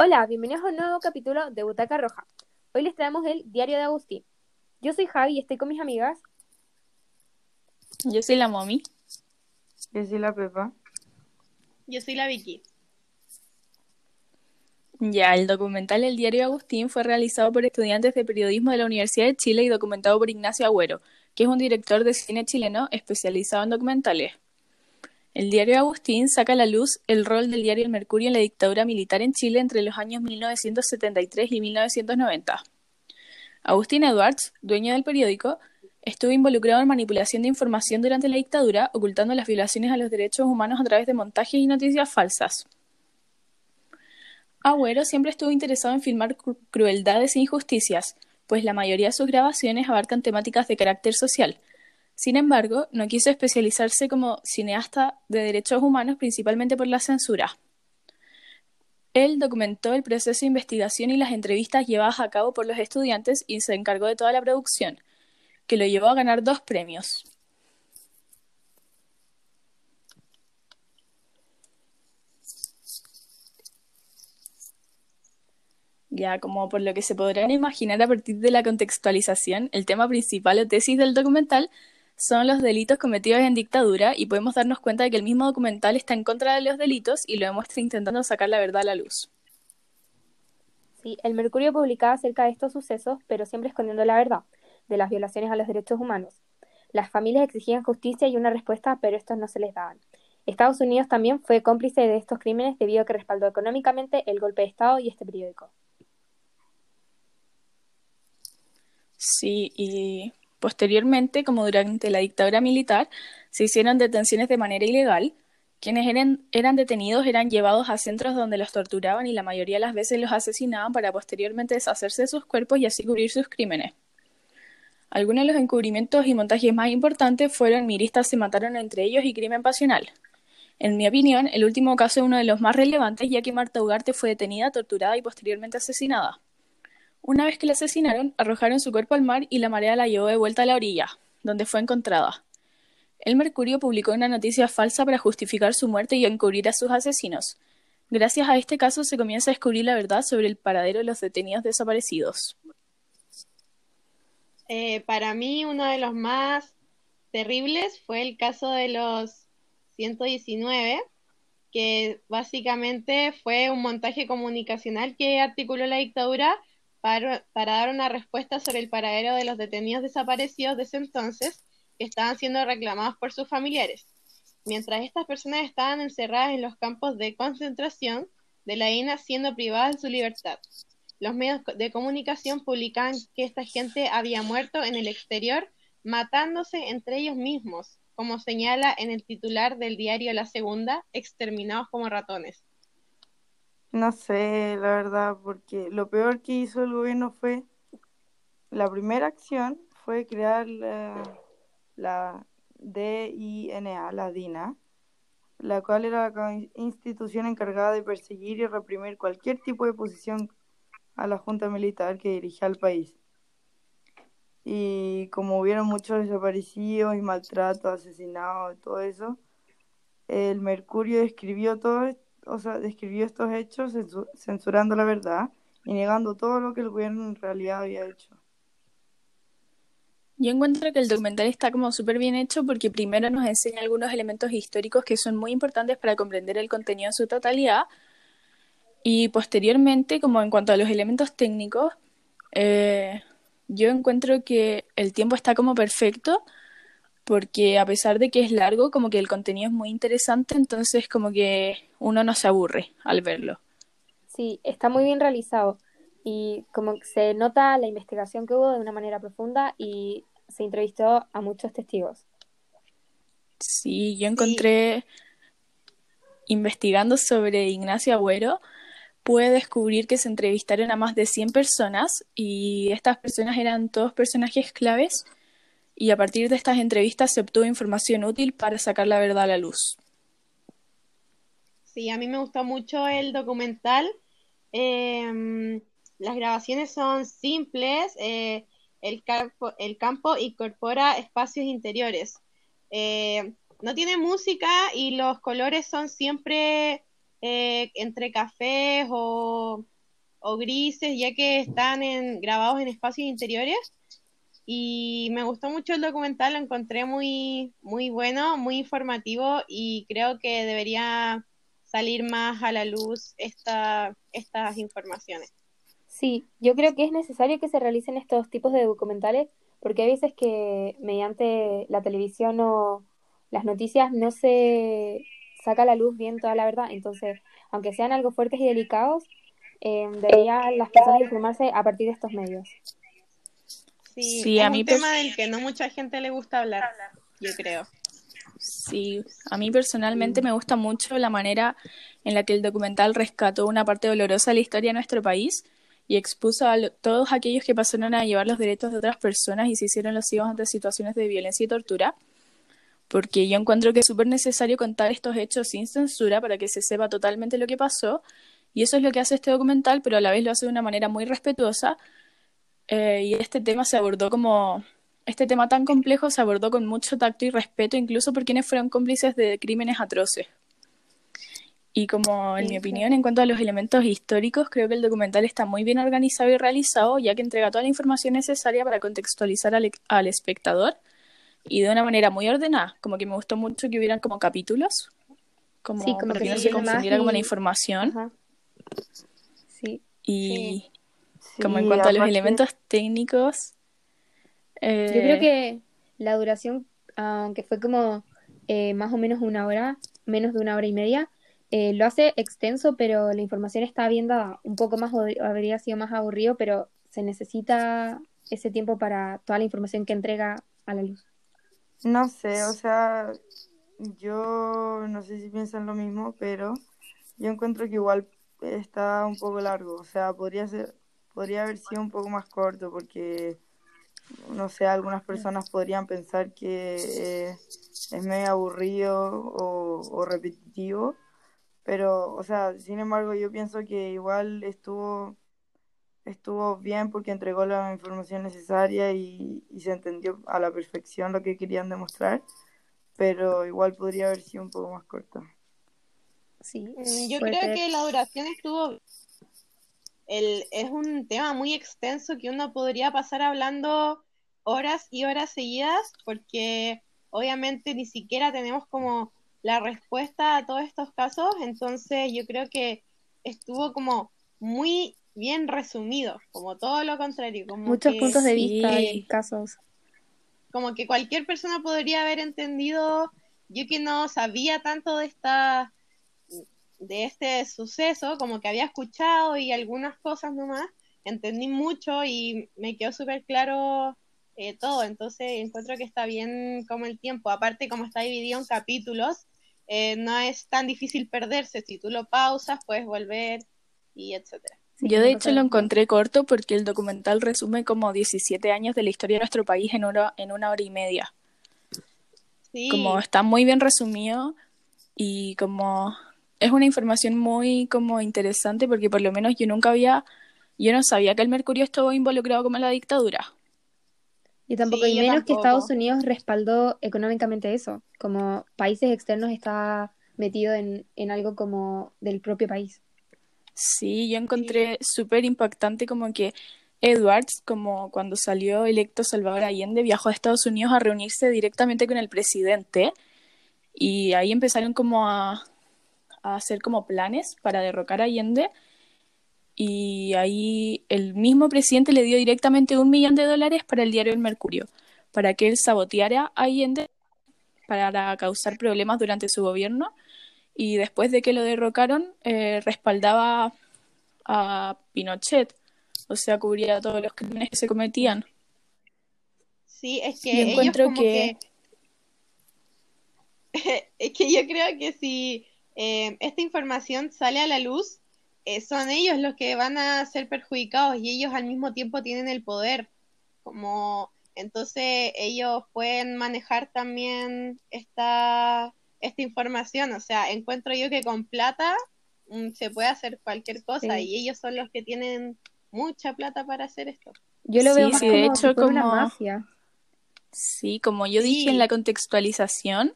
Hola, bienvenidos a un nuevo capítulo de Butaca Roja. Hoy les traemos el Diario de Agustín. Yo soy Javi y estoy con mis amigas. Yo soy la Momi. Yo soy la Pepa. Yo soy la Vicky. Ya, el documental El Diario de Agustín fue realizado por estudiantes de periodismo de la Universidad de Chile y documentado por Ignacio Agüero, que es un director de cine chileno especializado en documentales. El Diario de Agustín saca a la luz el rol del diario El Mercurio en la dictadura militar en Chile entre los años 1973 y 1990. Agustín Edwards, dueño del periódico, estuvo involucrado en manipulación de información durante la dictadura, ocultando las violaciones a los derechos humanos a través de montajes y noticias falsas. Agüero siempre estuvo interesado en filmar crueldades e injusticias, pues la mayoría de sus grabaciones abarcan temáticas de carácter social. Sin embargo, no quiso especializarse como cineasta de derechos humanos principalmente por la censura. Él documentó el proceso de investigación y las entrevistas llevadas a cabo por los estudiantes y se encargó de toda la producción, que lo llevó a ganar 2 premios. Ya, como por lo que se podrán imaginar a partir de la contextualización, el tema principal o tesis del documental son los delitos cometidos en dictadura y podemos darnos cuenta de que el mismo documental está en contra de los delitos y lo demuestra intentando sacar la verdad a la luz. Sí, el Mercurio publicaba acerca de estos sucesos, pero siempre escondiendo la verdad de las violaciones a los derechos humanos. Las familias exigían justicia y una respuesta, pero estos no se les daban. Estados Unidos también fue cómplice de estos crímenes debido a que respaldó económicamente el golpe de Estado y este periódico. Sí, y posteriormente, como durante la dictadura militar, se hicieron detenciones de manera ilegal. Quienes eran detenidos eran llevados a centros donde los torturaban y la mayoría de las veces los asesinaban para posteriormente deshacerse de sus cuerpos y así cubrir sus crímenes. Algunos de los encubrimientos y montajes más importantes fueron Miristas se mataron entre ellos y Crimen pasional. En mi opinión, el último caso es uno de los más relevantes, ya que Marta Ugarte fue detenida, torturada y posteriormente asesinada. Una vez que la asesinaron, arrojaron su cuerpo al mar y la marea la llevó de vuelta a la orilla, donde fue encontrada. El Mercurio publicó una noticia falsa para justificar su muerte y encubrir a sus asesinos. Gracias a este caso se comienza a descubrir la verdad sobre el paradero de los detenidos desaparecidos. Para mí uno de los más terribles fue el caso de los 119, que básicamente fue un montaje comunicacional que articuló la dictadura para dar una respuesta sobre el paradero de los detenidos desaparecidos de ese entonces, que estaban siendo reclamados por sus familiares. Mientras estas personas estaban encerradas en los campos de concentración de la INA siendo privadas de su libertad. Los medios de comunicación publicaban que esta gente había muerto en el exterior matándose entre ellos mismos, como señala en el titular del diario La Segunda, exterminados como ratones. No sé, la verdad, porque lo peor que hizo el gobierno fue, la primera acción fue crear la DINA, la DINA, la cual era la institución encargada de perseguir y reprimir cualquier tipo de oposición a la junta militar que dirigía al país. Y como hubieron muchos desaparecidos y maltratos, asesinados y todo eso, el Mercurio describió estos hechos censurando la verdad y negando todo lo que el gobierno en realidad había hecho. Yo encuentro que el documental está como súper bien hecho porque primero nos enseña algunos elementos históricos que son muy importantes para comprender el contenido en su totalidad y posteriormente, como en cuanto a los elementos técnicos, yo encuentro que el tiempo está como perfecto porque a pesar de que es largo, como que el contenido es muy interesante, entonces como que uno no se aburre al verlo. Sí, está muy bien realizado y como que se nota la investigación que hubo de una manera profunda y se entrevistó a muchos testigos. Sí, yo Sí, encontré, investigando sobre Ignacio Agüero, pude descubrir que se entrevistaron a más de 100 personas y estas personas eran todos personajes claves y a partir de estas entrevistas se obtuvo información útil para sacar la verdad a la luz. sí, a mí me gustó mucho el documental. Las grabaciones son simples, el campo incorpora espacios interiores. No tiene música y los colores son siempre entre cafés o grises, ya que están grabados en espacios interiores. Y me gustó mucho el documental, lo encontré muy, muy bueno, muy informativo y creo que debería salir más a la luz estas informaciones. Sí, yo creo que es necesario que se realicen estos tipos de documentales porque hay veces que mediante la televisión o las noticias no se saca a la luz bien toda la verdad. Entonces, aunque sean algo fuertes y delicados, deberían las personas informarse a partir de estos medios. Sí, Sí, es un tema del que no mucha gente le gusta hablar, yo creo. Sí, a mí personalmente me gusta mucho la manera en la que el documental rescató una parte dolorosa de la historia de nuestro país y expuso a todos aquellos que pasaron a llevar los derechos de otras personas y se hicieron los ciegos ante situaciones de violencia y tortura, porque yo encuentro que es súper necesario contar estos hechos sin censura para que se sepa totalmente lo que pasó, y eso es lo que hace este documental, pero a la vez lo hace de una manera muy respetuosa, y este tema tan complejo se abordó con mucho tacto y respeto, incluso por quienes fueron cómplices de crímenes atroces. Y como en mi opinión, en cuanto a los elementos históricos, creo que el documental está muy bien organizado y realizado, ya que entrega toda la información necesaria para contextualizar al espectador y de una manera muy ordenada. Como que me gustó mucho que hubieran como capítulos, Sí, como para que que no se se entiende más confundiera como la y... información. Ajá. Sí. Y como en Sí, cuanto a los aparte, elementos técnicos, Yo creo que la duración, aunque fue como más o menos una hora, menos de una hora y media, lo hace extenso, pero la información está bien dada. Un poco más habría sido más aburrido, pero se necesita ese tiempo para toda la información que entrega a la luz. no sé, o sea, yo no sé si piensan lo mismo, pero yo encuentro que igual está un poco largo, o sea, podría haber sido un poco más corto porque, no sé, algunas personas podrían pensar que es medio aburrido o repetitivo, pero, o sea, sin embargo, yo pienso que igual estuvo bien porque entregó la información necesaria y se entendió a la perfección lo que querían demostrar, pero igual podría haber sido un poco más corta. Sí, Yo puede creo ser. que la duración es un tema muy extenso que uno podría pasar hablando horas y horas seguidas, porque obviamente ni siquiera tenemos como la respuesta a todos estos casos, entonces yo creo que estuvo como muy bien resumido, como todo lo contrario, Muchos puntos de vista y sí, casos. como que cualquier persona podría haber entendido, yo que no sabía tanto de este suceso, como que había escuchado y algunas cosas nomás, entendí mucho y me quedó súper claro todo, entonces encuentro que está bien como el tiempo, aparte como está dividido en capítulos, no es tan difícil perderse, si tú lo pausas puedes volver y etcétera. Sí, yo me de pasa hecho lo lo mismo. encontré corto porque el documental resume como 17 años de la historia de nuestro país en una hora y media. Como Sí, está muy bien resumido y como es una información muy como interesante porque por lo menos yo no sabía que el mercurio estuvo involucrado como en la dictadura. Y tampoco, y sí, yo menos que Estados tampoco. Unidos respaldó económicamente eso, como países externos está metido en algo como del propio país. Sí, yo Sí, encontré súper impactante como que Edwards, como cuando salió electo Salvador Allende, viajó a Estados Unidos a reunirse directamente con el presidente y ahí empezaron como a hacer como planes para derrocar a Allende y ahí el mismo presidente le dio directamente $1 millón para el diario El Mercurio, para que él saboteara a Allende para causar problemas durante su gobierno y después de que lo derrocaron respaldaba a Pinochet, o sea, cubría todos los crímenes que se cometían. sí, es Yo que ellos encuentro como que que es que yo creo que si esta información sale a la luz, son ellos los que van a ser perjudicados y ellos al mismo tiempo tienen el poder. Como entonces ellos pueden manejar también esta información. O sea, encuentro yo que con plata se puede hacer cualquier cosa Sí. y ellos son los que tienen mucha plata para hacer esto. Yo lo veo sí, más sí, de como si hecho fuera una como mafia. sí, como yo dije en la Sí, contextualización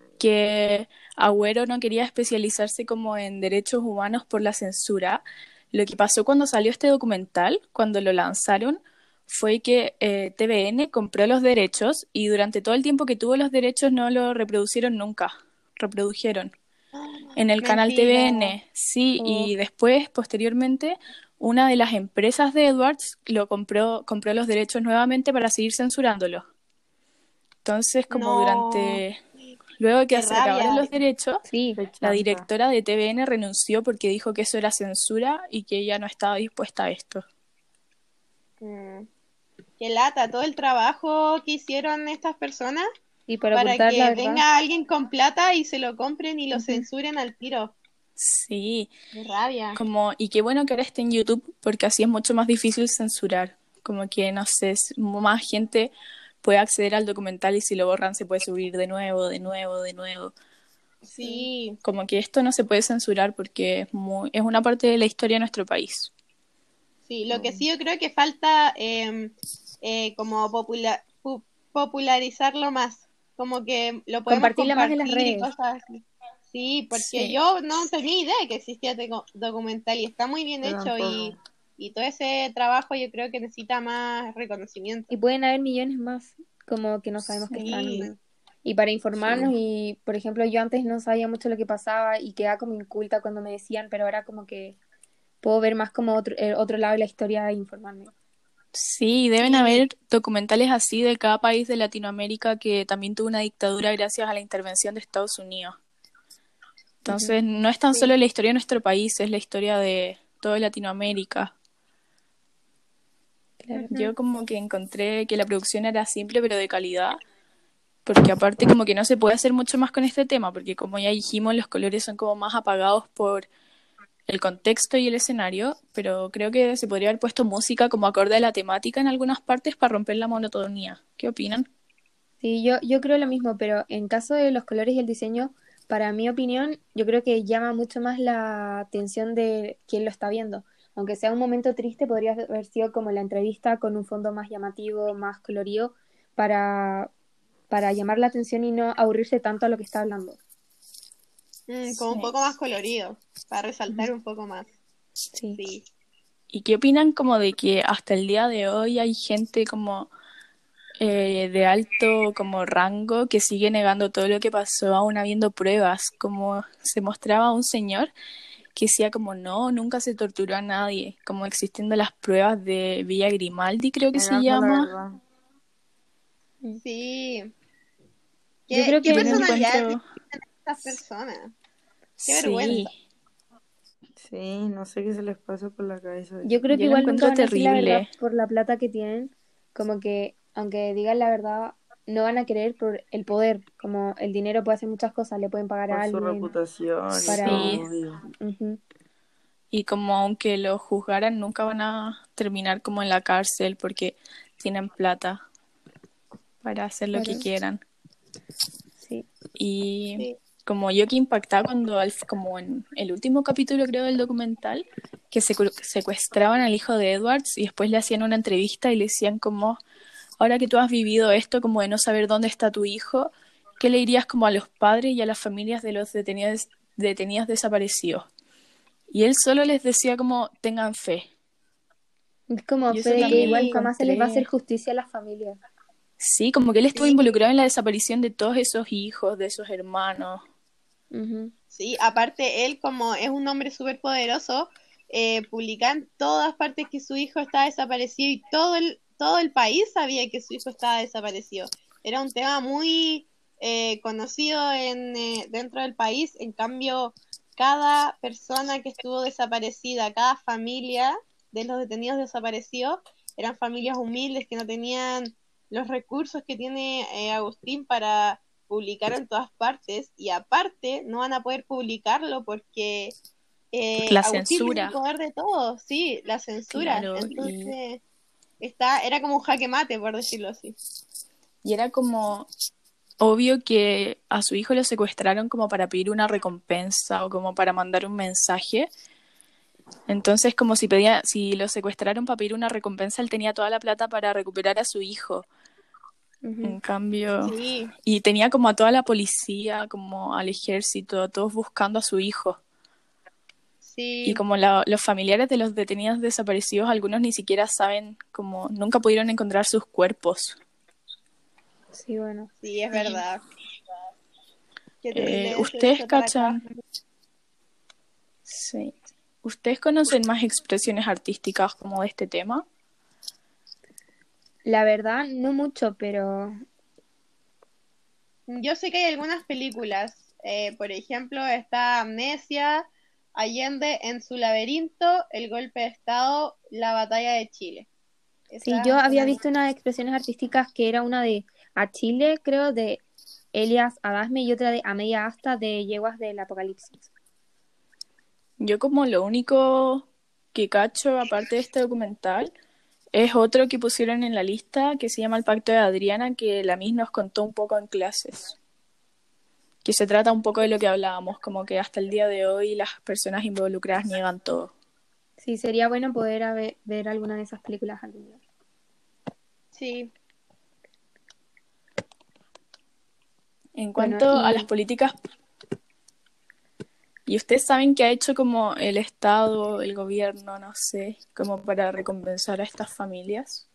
que Agüero no quería especializarse como en derechos humanos por la censura, Lo que pasó cuando salió este documental, cuando lo lanzaron, fue que TVN compró los derechos y durante todo el tiempo que tuvo los derechos no lo reproducieron nunca. Reprodujeron en el canal Mentira. TVN, sí, Oh, y después, posteriormente, una de las empresas de Edwards compró los derechos nuevamente para seguir censurándolo. Entonces, como No, luego de que qué se acabaron rabia. los derechos, sí. Qué la chanta. directora de TVN renunció porque dijo que eso era censura y que ella no estaba dispuesta a esto. Mm, qué lata, todo el trabajo que hicieron estas personas Y para para ocultar la que verdad. venga alguien con plata y se lo compren y lo Ujú. censuren al tiro. Sí, Qué rabia. y qué bueno que ahora esté en YouTube porque así es mucho más difícil censurar. Como que, no sé, más gente puede acceder al documental y si lo borran se puede subir de nuevo, de nuevo, de nuevo. Sí. Sí, Como que esto no se puede censurar porque es una parte de la historia de nuestro país. sí. Lo que sí yo creo que falta como popularizarlo más. Como que lo podemos Compartirla más en las compartir y redes. cosas así. Sí, porque Sí, yo no tenía idea de que existía este documental y está muy bien Yo hecho tampoco. y todo ese trabajo yo creo que necesita más reconocimiento. Y pueden haber millones más, como que no sabemos que están Sí, nomás. Y para Sí. informarnos, y por ejemplo, yo antes no sabía mucho lo que pasaba y quedaba como inculta cuando me decían, pero ahora como que puedo ver más como otro lado de la historia e informarme. sí, deben sí, haber documentales así de cada país de Latinoamérica que también tuvo una dictadura gracias a la intervención de Estados Unidos. Ujú, Entonces, no es tan sí. solo la historia de nuestro país, es la historia de toda Latinoamérica. claro. Yo Ujú. como que encontré que la producción era simple pero de calidad, porque aparte como que no se puede hacer mucho más con este tema, porque como ya dijimos, los colores son como más apagados por el contexto y el escenario, pero creo que se podría haber puesto música como acorde a la temática en algunas partes para romper la monotonía. ¿Qué opinan? Sí, yo creo lo mismo, pero en caso de los colores y el diseño, para mi opinión, yo creo que llama mucho más la atención de quien lo está viendo. Aunque sea un momento triste, podría haber sido como la entrevista con un fondo más llamativo, más colorido, para, para llamar la atención y no aburrirse tanto a lo que está hablando. Como un Sí. poco más colorido, para Ujú, resaltar un poco más. sí. Sí. ¿Y qué opinan como de que hasta el día de hoy hay gente como de alto como rango que sigue negando todo lo que pasó aún habiendo pruebas? Como se mostraba un señor que decía como no, nunca se torturó a nadie, como existiendo las pruebas de Villa Grimaldi, creo que se Negando la llama. verdad. Mm. Sí. Yo ¿Qué, creo qué Yo lo que personalidad encuentro, tienen estas personas? Qué sí, vergüenza. Sí, no sé qué se les pasa por la cabeza Yo eso. creo que yo lo igual nunca encuentro van a decir la verdad terrible. por la plata que tienen, como que aunque digan la verdad, no van a creer por el poder, como el dinero puede hacer muchas cosas, le pueden pagar a Por su alguien reputación y para... Sí, todo, obvio. Ujú, y como aunque lo juzgaran, nunca van a terminar como en la cárcel porque tienen plata para hacer lo que claro, quieran. sí. Y Sí. como yo que impactaba cuando, como en el último capítulo creo del documental, que secuestraban al hijo de Edwards y después le hacían una entrevista y le decían como, ahora que tú has vivido esto como de no saber dónde está tu hijo, ¿qué le dirías como a los padres y a las familias de los detenidos desaparecidos? Y él solo les decía como, tengan fe. Es como Y fe eso de que también lo igual Sí, jamás se les va a hacer encontré, justicia a las familias. sí, como que él estuvo sí, involucrado en la desaparición de todos esos hijos, de esos hermanos. Ujú, sí. Aparte, él como es un hombre súper poderoso, publica en todas partes que su hijo está desaparecido y todo el país sabía que su hijo estaba desaparecido. Era un tema muy conocido dentro del país. En cambio, cada persona que estuvo desaparecida, cada familia de los detenidos desaparecidos, eran familias humildes que no tenían los recursos que tiene Agustín para publicar en todas partes y aparte no van a poder publicarlo porque Porque la Agustín tiene el censura, poder de todo, sí, la censura. claro, Entonces, era como un jaque mate, por decirlo así. y era como obvio que a su hijo lo secuestraron como para pedir una recompensa o como para mandar un mensaje. Entonces, como si lo secuestraron para pedir una recompensa, él tenía toda la plata para recuperar a su hijo. ujú. En cambio, Sí, y tenía como a toda la policía, como al ejército, a todos buscando a su hijo. Y Sí, como los familiares de los detenidos desaparecidos, algunos ni siquiera saben, como nunca pudieron encontrar sus cuerpos. Sí, bueno. sí, es verdad. Qué terrible debe ser ¿Ustedes eso para cada cachan? Sí. ¿Ustedes conocen más expresiones artísticas como de este tema? La verdad, no mucho, pero Yo sé que hay algunas películas, por ejemplo, está Amnesia, Allende en su laberinto, El golpe de Estado, La batalla de Chile. sí, yo Esas son había algunas. visto unas expresiones artísticas que era una de A Chile, creo, de Elias Adasme y otra de Amelia Asta de Yeguas del Apocalipsis. Yo como lo único que cacho, aparte de este documental, es otro que pusieron en la lista que se llama El Pacto de Adriana, que la misma nos contó un poco en clases. Que se trata un poco de lo que hablábamos, como que hasta el día de hoy las personas involucradas niegan todo. Sí, sería bueno poder ver alguna de esas películas algún día. Sí, En Bueno, cuanto a las y políticas, ¿y ustedes saben qué ha hecho como el Estado, el gobierno, no sé, como para recompensar a estas familias?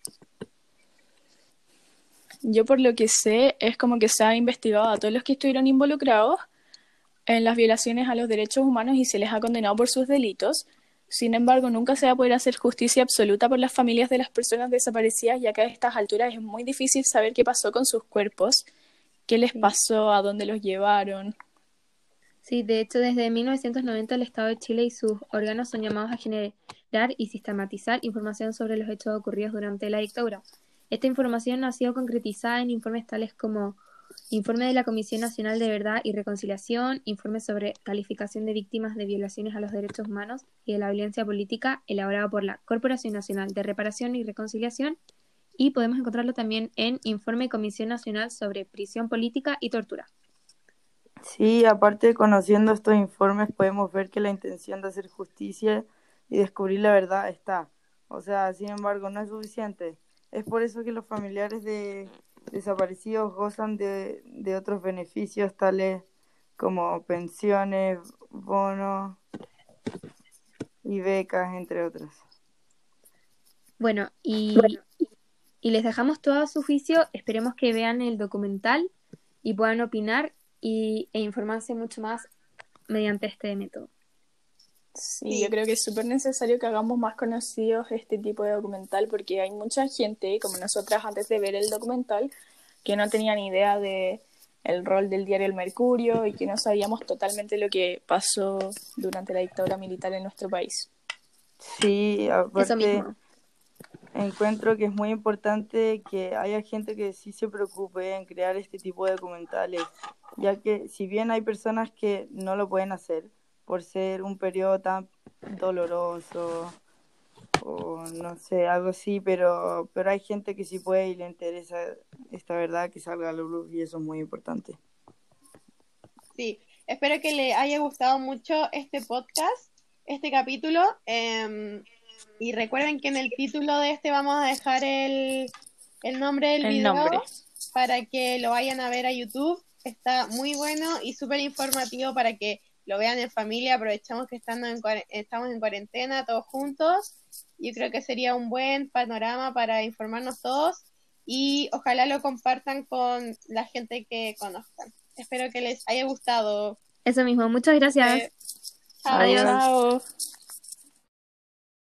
Yo por lo que sé es como que se ha investigado a todos los que estuvieron involucrados en las violaciones a los derechos humanos y se les ha condenado por sus delitos. Sin embargo, nunca se va a poder hacer justicia absoluta por las familias de las personas desaparecidas, ya que a estas alturas es muy difícil saber qué pasó con sus cuerpos, qué les sí. pasó, a dónde los llevaron. Sí, de hecho, desde 1990 el Estado de Chile y sus órganos son llamados a generar y sistematizar información sobre los hechos ocurridos durante la dictadura. Esta información no ha sido concretizada en informes tales como Informe de la Comisión Nacional de Verdad y Reconciliación, Informe sobre calificación de víctimas de violaciones a los derechos humanos y de la violencia política, elaborado por la Corporación Nacional de Reparación y Reconciliación, y podemos encontrarlo también en Informe Comisión Nacional sobre Prisión Política y Tortura. Sí, aparte conociendo estos informes podemos ver que la intención de hacer justicia y descubrir la verdad está. O sea, sin embargo, no es suficiente. Es por eso que los familiares de desaparecidos gozan de otros beneficios tales como pensiones, bonos y becas, entre otros. Bueno, y les dejamos todo a su juicio. Esperemos que vean el documental y puedan opinar e informarse mucho más mediante este método. Sí, yo sí, creo que es súper necesario que hagamos más conocidos este tipo de documental porque hay mucha gente, como nosotras antes de ver el documental, que no tenía ni idea de el rol del diario El Mercurio y que no sabíamos totalmente lo que pasó durante la dictadura militar en nuestro país. Sí, Eso aparte mismo. encuentro que es muy importante que haya gente que sí se preocupe en crear este tipo de documentales, ya que si bien hay personas que no lo pueden hacer por ser un periodo tan doloroso o no sé, algo así, pero hay gente que sí puede y le interesa esta verdad que salga a la luz y eso es muy importante. sí. Espero que le haya gustado mucho este podcast, este capítulo. Y recuerden que en el título de este vamos a dejar el nombre del El nombre. video para que lo vayan a ver a YouTube. Está muy bueno y súper informativo para que lo vean en familia. Aprovechamos que estamos en cuarentena todos juntos. Yo creo que sería un buen panorama para informarnos todos y ojalá lo compartan con la gente que conozcan. Espero que les haya gustado. Eso mismo. Muchas gracias. Chao. Adiós. Adiós. Chao.